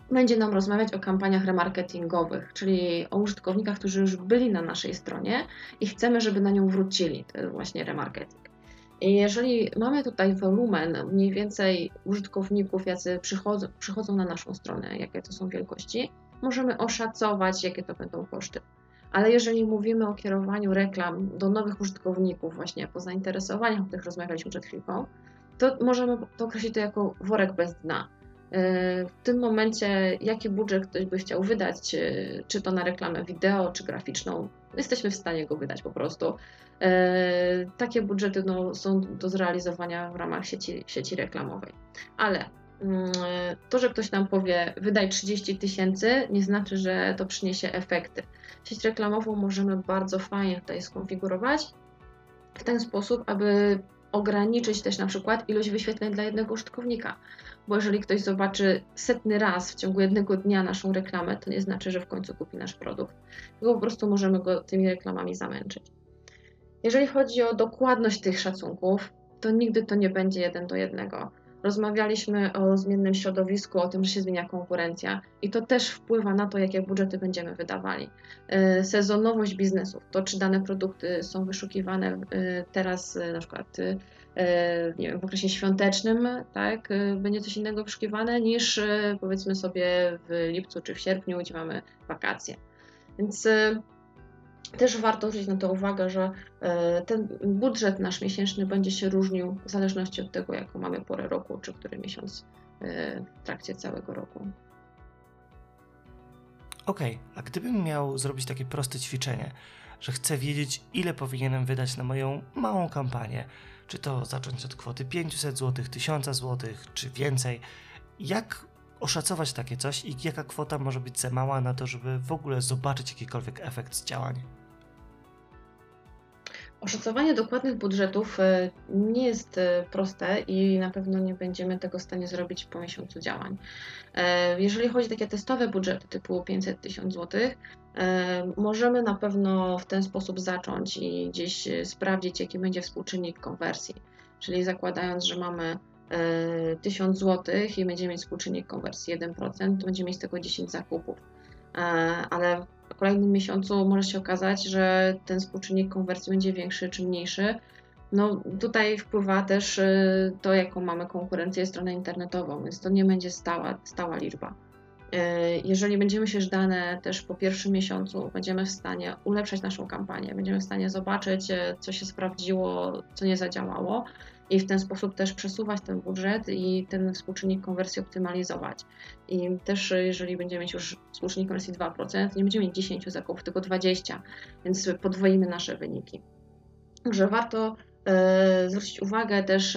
będzie nam rozmawiać o kampaniach remarketingowych, czyli o użytkownikach, którzy już byli na naszej stronie i chcemy, żeby na nią wrócili. To jest właśnie remarketing. I jeżeli mamy tutaj wolumen, mniej więcej użytkowników, jacy przychodzą na naszą stronę, jakie to są wielkości, możemy oszacować, jakie to będą koszty. Ale jeżeli mówimy o kierowaniu reklam do nowych użytkowników, właśnie po zainteresowaniach, o których rozmawialiśmy przed chwilką, to możemy to określić to jako worek bez dna. W tym momencie, jaki budżet ktoś by chciał wydać, czy to na reklamę wideo, czy graficzną, jesteśmy w stanie go wydać po prostu. Takie budżety są do zrealizowania w ramach sieci reklamowej. Ale to, że ktoś nam powie wydaj 30 000, nie znaczy, że to przyniesie efekty. Sieć reklamową możemy bardzo fajnie tutaj skonfigurować w ten sposób, aby ograniczyć też na przykład ilość wyświetleń dla jednego użytkownika. Bo jeżeli ktoś zobaczy 100 raz w ciągu jednego dnia naszą reklamę, to nie znaczy, że w końcu kupi nasz produkt. Tylko po prostu możemy go tymi reklamami zamęczyć. Jeżeli chodzi o dokładność tych szacunków, to nigdy to nie będzie 1 do 1. Rozmawialiśmy o zmiennym środowisku, o tym, że się zmienia konkurencja i to też wpływa na to, jakie budżety będziemy wydawali. Sezonowość biznesów, to czy dane produkty są wyszukiwane teraz na przykład nie wiem, w okresie świątecznym, tak, będzie coś innego wyszukiwane niż powiedzmy sobie w lipcu czy w sierpniu, gdzie mamy wakacje. Więc też warto zwrócić na to uwagę, że ten budżet nasz miesięczny będzie się różnił w zależności od tego, jaką mamy porę roku, czy który miesiąc w trakcie całego roku. Okej, a gdybym miał zrobić takie proste ćwiczenie, że chcę wiedzieć, ile powinienem wydać na moją małą kampanię, czy to zacząć od kwoty 500 zł, 1000 zł, czy więcej, jak oszacować takie coś i jaka kwota może być za mała na to, żeby w ogóle zobaczyć jakikolwiek efekt z działań? Oszacowanie dokładnych budżetów nie jest proste i na pewno nie będziemy tego w stanie zrobić po miesiącu działań. Jeżeli chodzi o takie testowe budżety typu 500-1000 zł, możemy na pewno w ten sposób zacząć i gdzieś sprawdzić, jaki będzie współczynnik konwersji. Czyli zakładając, że mamy 1000 zł i będziemy mieć współczynnik konwersji 1%, to będziemy mieć z tego 10 zakupów. Ale w kolejnym miesiącu może się okazać, że ten współczynnik konwersji będzie większy czy mniejszy. No tutaj wpływa też to, jaką mamy konkurencję, stronę internetową, więc to nie będzie stała liczba. Jeżeli będziemy mieć dane też po pierwszym miesiącu, będziemy w stanie ulepszać naszą kampanię, będziemy w stanie zobaczyć, co się sprawdziło, co nie zadziałało i w ten sposób też przesuwać ten budżet i ten współczynnik konwersji optymalizować. I też jeżeli będziemy mieć już współczynnik konwersji 2%, nie będziemy mieć 10 zakupów, tylko 20, więc podwoimy nasze wyniki. Także warto zwrócić uwagę też,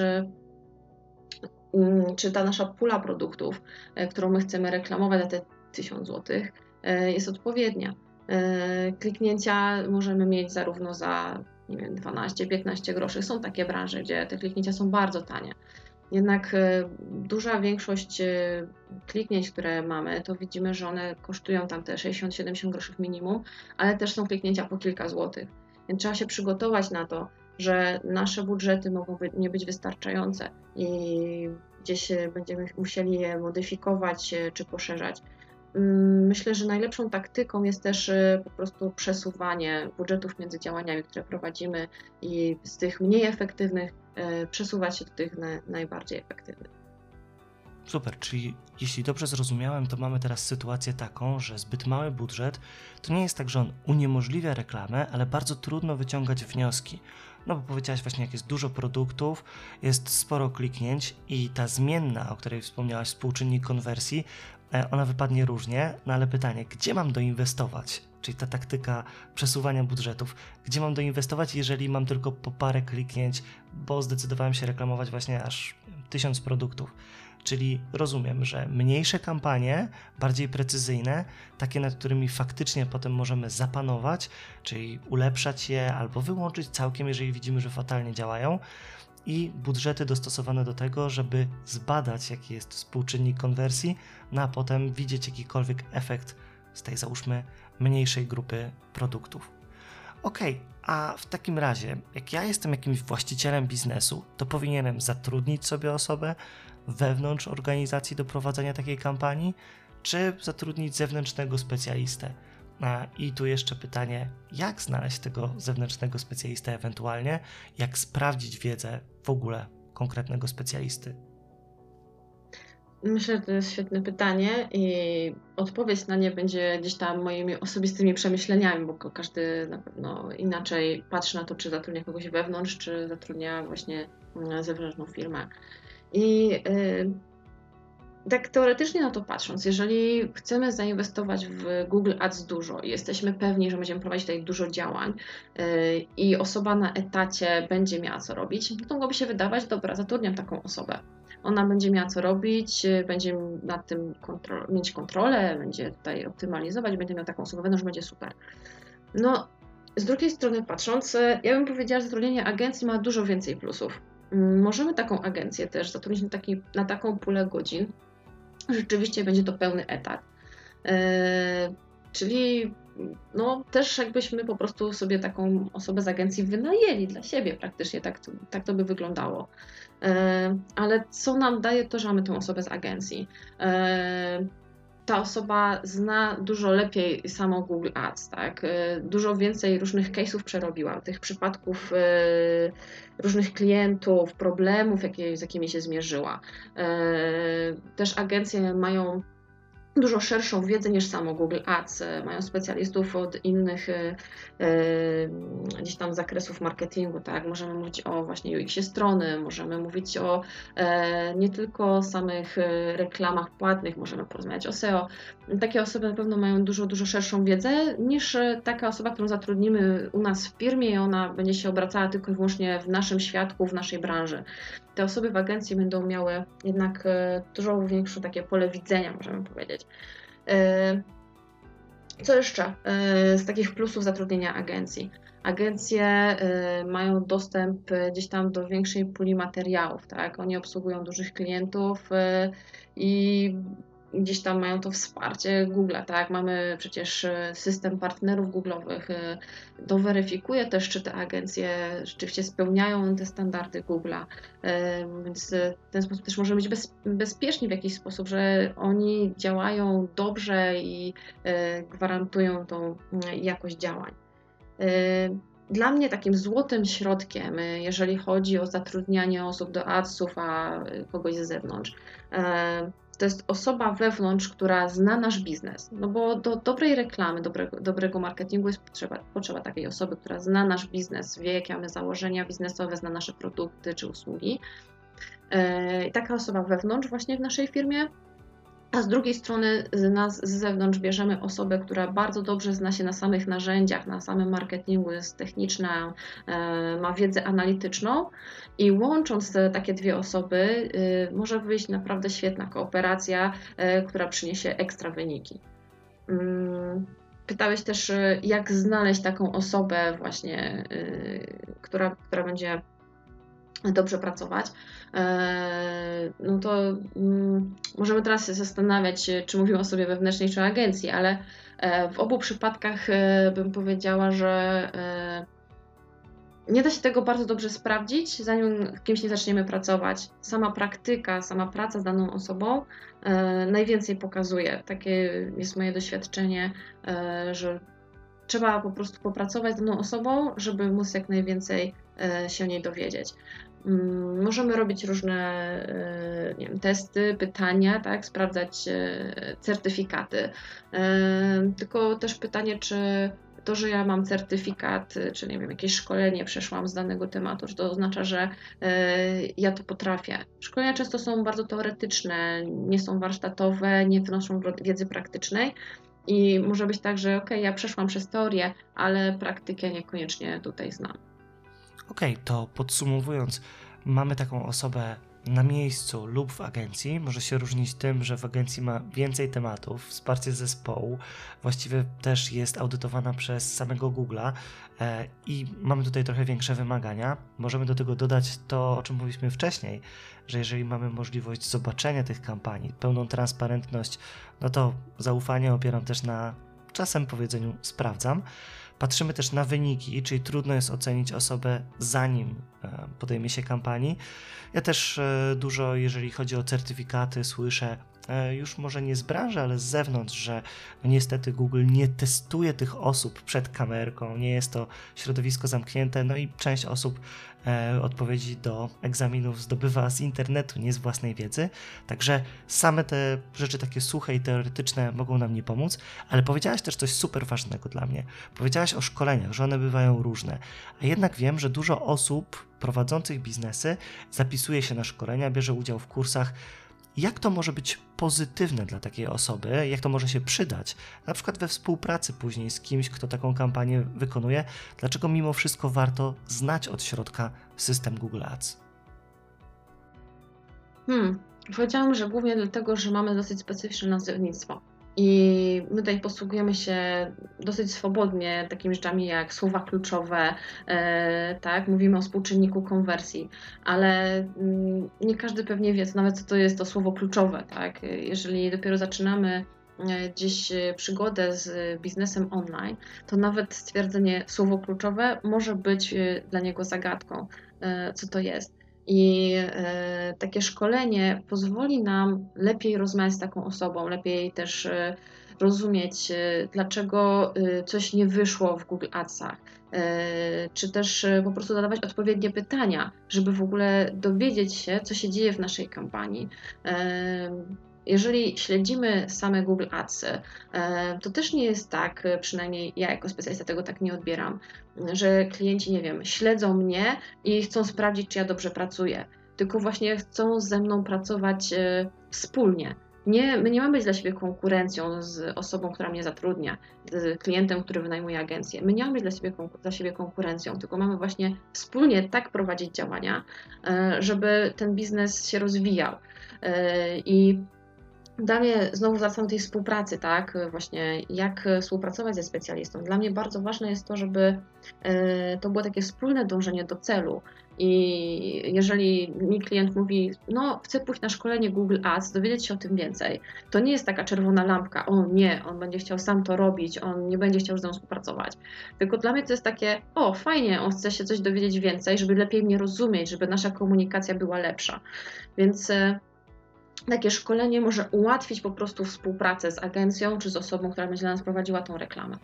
czy ta nasza pula produktów, którą my chcemy reklamować za te 1000 zł, jest odpowiednia. Kliknięcia możemy mieć zarówno za 12-15 groszy. Są takie branże, gdzie te kliknięcia są bardzo tanie. Jednak duża większość kliknięć, które mamy, to widzimy, że one kosztują tam te 60-70 groszy minimum, ale też są kliknięcia po kilka złotych. Więc trzeba się przygotować na to, że nasze budżety mogą nie być wystarczające i gdzieś będziemy musieli je modyfikować czy poszerzać. Myślę, że najlepszą taktyką jest też po prostu przesuwanie budżetów między działaniami, które prowadzimy i z tych mniej efektywnych przesuwać się do tych najbardziej efektywnych. Super, czyli jeśli dobrze zrozumiałem, to mamy teraz sytuację taką, że zbyt mały budżet to nie jest tak, że on uniemożliwia reklamę, ale bardzo trudno wyciągać wnioski. No bo powiedziałaś właśnie, jak jest dużo produktów, jest sporo kliknięć i ta zmienna, o której wspomniałaś, współczynnik konwersji, ona wypadnie różnie, no ale pytanie, gdzie mam doinwestować? Czyli ta taktyka przesuwania budżetów, gdzie mam doinwestować, jeżeli mam tylko po parę kliknięć, bo zdecydowałem się reklamować właśnie aż 1000 produktów. Czyli rozumiem, że mniejsze kampanie, bardziej precyzyjne, takie, nad którymi faktycznie potem możemy zapanować, czyli ulepszać je albo wyłączyć całkiem, jeżeli widzimy, że fatalnie działają, i budżety dostosowane do tego, żeby zbadać, jaki jest współczynnik konwersji, no a potem widzieć jakikolwiek efekt z tej, załóżmy, mniejszej grupy produktów. Okej, a w takim razie, jak ja jestem jakimś właścicielem biznesu, to powinienem zatrudnić sobie osobę wewnątrz organizacji do prowadzenia takiej kampanii, czy zatrudnić zewnętrznego specjalistę. I tu jeszcze pytanie, jak znaleźć tego zewnętrznego specjalistę ewentualnie, jak sprawdzić wiedzę w ogóle konkretnego specjalisty? Myślę, że to jest świetne pytanie i odpowiedź na nie będzie gdzieś tam moimi osobistymi przemyśleniami, bo każdy na pewno inaczej patrzy na to, czy zatrudnia kogoś wewnątrz, czy zatrudnia właśnie zewnętrzną firmę. I tak teoretycznie na to patrząc, jeżeli chcemy zainwestować w Google Ads dużo i jesteśmy pewni, że będziemy prowadzić tutaj dużo działań i osoba na etacie będzie miała co robić, to mogłoby się wydawać, dobra, zatrudniam taką osobę. Ona będzie miała co robić, będzie nad tym mieć kontrolę, będzie tutaj optymalizować, będzie miała taką osobę wewnątrz, będzie super. No, z drugiej strony patrząc, ja bym powiedziała, że zatrudnienie agencji ma dużo więcej plusów. Możemy taką agencję też zatrudnić na taką pulę godzin. Rzeczywiście będzie to pełny etat. Czyli no, też jakbyśmy po prostu sobie taką osobę z agencji wynajęli dla siebie praktycznie, tak to by wyglądało. Ale co nam daje to, że mamy tę osobę z agencji? Ta osoba zna dużo lepiej samo Google Ads, tak? Dużo więcej różnych case'ów przerobiłam, tych przypadków różnych klientów, problemów, z jakimi się zmierzyła. Też agencje mają dużo szerszą wiedzę niż samo Google Ads. Mają specjalistów od innych gdzieś tam zakresów marketingu, tak? Możemy mówić o właśnie UX-ie strony, możemy mówić o nie tylko samych reklamach płatnych, możemy porozmawiać o SEO. Takie osoby na pewno mają dużo szerszą wiedzę niż taka osoba, którą zatrudnimy u nas w firmie i ona będzie się obracała tylko i wyłącznie w naszym świadku, w naszej branży. Te osoby w agencji będą miały jednak dużo większe takie pole widzenia, możemy powiedzieć. Co jeszcze z takich plusów zatrudnienia agencji? Agencje mają dostęp gdzieś tam do większej puli materiałów, tak? Oni obsługują dużych klientów i gdzieś tam mają to wsparcie Google'a, tak? Mamy przecież system partnerów Google'owych, to weryfikuje też, czy te agencje rzeczywiście spełniają te standardy Google'a, więc w ten sposób też możemy być bezpieczni w jakiś sposób, że oni działają dobrze i gwarantują tą jakość działań. Dla mnie takim złotym środkiem, jeżeli chodzi o zatrudnianie osób do adsów, a kogoś z zewnątrz, to jest osoba wewnątrz, która zna nasz biznes. No bo do dobrej reklamy, dobrego marketingu jest potrzeba takiej osoby, która zna nasz biznes, wie, jakie mamy założenia biznesowe, zna nasze produkty czy usługi. I taka osoba wewnątrz właśnie w naszej firmie, a z drugiej strony z zewnątrz bierzemy osobę, która bardzo dobrze zna się na samych narzędziach, na samym marketingu, jest techniczna, ma wiedzę analityczną i łącząc takie dwie osoby może wyjść naprawdę świetna kooperacja, która przyniesie ekstra wyniki. Pytałeś też, jak znaleźć taką osobę właśnie, która będzie dobrze pracować, no to możemy teraz się zastanawiać, czy mówimy o sobie wewnętrznej, czy o agencji, ale w obu przypadkach bym powiedziała, że nie da się tego bardzo dobrze sprawdzić, zanim kimś nie zaczniemy pracować. Sama praktyka, sama praca z daną osobą najwięcej pokazuje. Takie jest moje doświadczenie, że trzeba po prostu popracować z daną osobą, żeby móc jak najwięcej się o niej dowiedzieć. Możemy robić różne nie wiem, testy, pytania, tak, sprawdzać certyfikaty. Tylko też pytanie, czy to, że ja mam certyfikat, czy nie wiem, jakieś szkolenie przeszłam z danego tematu, czy to oznacza, że ja to potrafię. Szkolenia często są bardzo teoretyczne, nie są warsztatowe, nie wnoszą wiedzy praktycznej. I może być tak, że ja przeszłam przez teorię, ale praktykę niekoniecznie tutaj znam. To podsumowując, mamy taką osobę na miejscu lub w agencji. Może się różnić tym, że w agencji ma więcej tematów, wsparcie zespołu, właściwie też jest audytowana przez samego Google'a i mamy tutaj trochę większe wymagania. Możemy do tego dodać to, o czym mówiliśmy wcześniej, że jeżeli mamy możliwość zobaczenia tych kampanii, pełną transparentność, no to zaufanie opieram też na czasem powiedzeniu sprawdzam. Patrzymy też na wyniki, czyli trudno jest ocenić osobę zanim podejmie się kampanii. Ja też dużo, jeżeli chodzi o certyfikaty, słyszę już może nie z branży, ale z zewnątrz, że niestety Google nie testuje tych osób przed kamerką, nie jest to środowisko zamknięte, no i część osób odpowiedzi do egzaminów zdobywa z internetu, nie z własnej wiedzy, także same te rzeczy takie suche i teoretyczne mogą nam nie pomóc, ale powiedziałaś też coś super ważnego dla mnie. Powiedziałaś o szkoleniach, że one bywają różne, a jednak wiem, że dużo osób prowadzących biznesy zapisuje się na szkolenia, bierze udział w kursach. Jak to może być pozytywne dla takiej osoby, jak to może się przydać, na przykład we współpracy później z kimś, kto taką kampanię wykonuje, dlaczego mimo wszystko warto znać od środka system Google Ads? Powiedziałam, że głównie dlatego, że mamy dosyć specyficzne nazewnictwo. I my tutaj posługujemy się dosyć swobodnie takimi rzeczami jak słowa kluczowe, tak, mówimy o współczynniku konwersji, ale nie każdy pewnie wie nawet, co to jest to słowo kluczowe, tak. Jeżeli dopiero zaczynamy gdzieś przygodę z biznesem online, to nawet stwierdzenie słowo kluczowe może być dla niego zagadką, co to jest. I takie szkolenie pozwoli nam lepiej rozmawiać z taką osobą, lepiej też rozumieć, dlaczego coś nie wyszło w Google Adsach, czy też po prostu zadawać odpowiednie pytania, żeby w ogóle dowiedzieć się, co się dzieje w naszej kampanii. Jeżeli śledzimy same Google Adsy, to też nie jest tak, przynajmniej ja jako specjalista tego tak nie odbieram, że klienci, nie wiem, śledzą mnie i chcą sprawdzić, czy ja dobrze pracuję, tylko właśnie chcą ze mną pracować wspólnie. My nie mamy być dla siebie konkurencją z osobą, która mnie zatrudnia, z klientem, który wynajmuje agencję. My nie mamy być dla siebie konkurencją, tylko mamy właśnie wspólnie tak prowadzić działania, żeby ten biznes się rozwijał. I dla mnie, znowu wracam do tej współpracy, tak, właśnie jak współpracować ze specjalistą. Dla mnie bardzo ważne jest to, żeby to było takie wspólne dążenie do celu. I jeżeli mi klient mówi, no chcę pójść na szkolenie Google Ads, dowiedzieć się o tym więcej, to nie jest taka czerwona lampka, o nie, on będzie chciał sam to robić, on nie będzie chciał ze mną współpracować. Tylko dla mnie to jest takie, o fajnie, on chce się coś dowiedzieć więcej, żeby lepiej mnie rozumieć, żeby nasza komunikacja była lepsza. Więc takie szkolenie może ułatwić po prostu współpracę z agencją czy z osobą, która będzie dla nas prowadziła tą reklamę.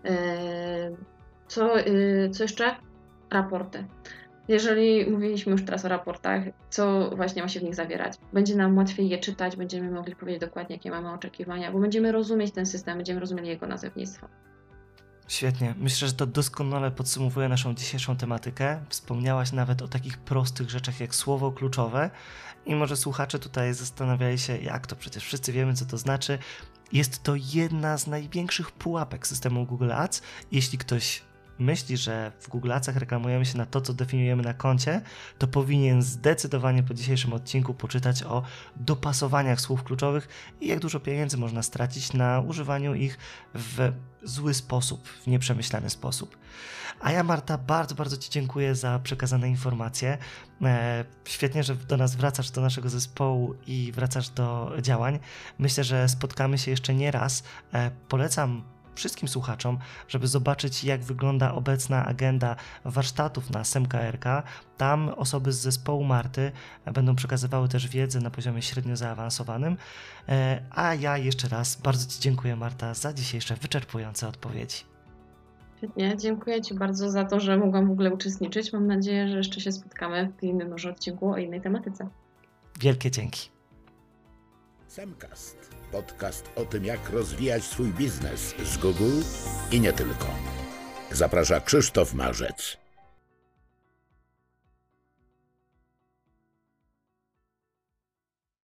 Co jeszcze? Raporty. Jeżeli mówiliśmy już teraz o raportach, co właśnie ma się w nich zawierać? Będzie nam łatwiej je czytać, będziemy mogli powiedzieć dokładnie, jakie mamy oczekiwania, bo będziemy rozumieć ten system, będziemy rozumieli jego nazewnictwo. Świetnie. Myślę, że to doskonale podsumowuje naszą dzisiejszą tematykę. Wspomniałaś nawet o takich prostych rzeczach jak słowo kluczowe i może słuchacze tutaj zastanawiali się, jak to, przecież wszyscy wiemy, co to znaczy. Jest to jedna z największych pułapek systemu Google Ads. Jeśli ktoś myśli, że w Google Adsach reklamujemy się na to, co definiujemy na koncie, to powinien zdecydowanie po dzisiejszym odcinku poczytać o dopasowaniach słów kluczowych i jak dużo pieniędzy można stracić na używaniu ich w zły sposób, w nieprzemyślany sposób. A ja, Marta, bardzo, bardzo Ci dziękuję za przekazane informacje. Świetnie, że do nas wracasz, do naszego zespołu i wracasz do działań. Myślę, że spotkamy się jeszcze nie raz. Polecam wszystkim słuchaczom, żeby zobaczyć, jak wygląda obecna agenda warsztatów na SEMKRK. Tam osoby z zespołu Marty będą przekazywały też wiedzę na poziomie średnio zaawansowanym. A ja jeszcze raz bardzo Ci dziękuję, Marta, za dzisiejsze wyczerpujące odpowiedzi. Świetnie, dziękuję Ci bardzo za to, że mogłam w ogóle uczestniczyć. Mam nadzieję, że jeszcze się spotkamy w innym może odcinku o innej tematyce. Wielkie dzięki. Semcast. Podcast o tym, jak rozwijać swój biznes z Google i nie tylko. Zaprasza Krzysztof Marzec.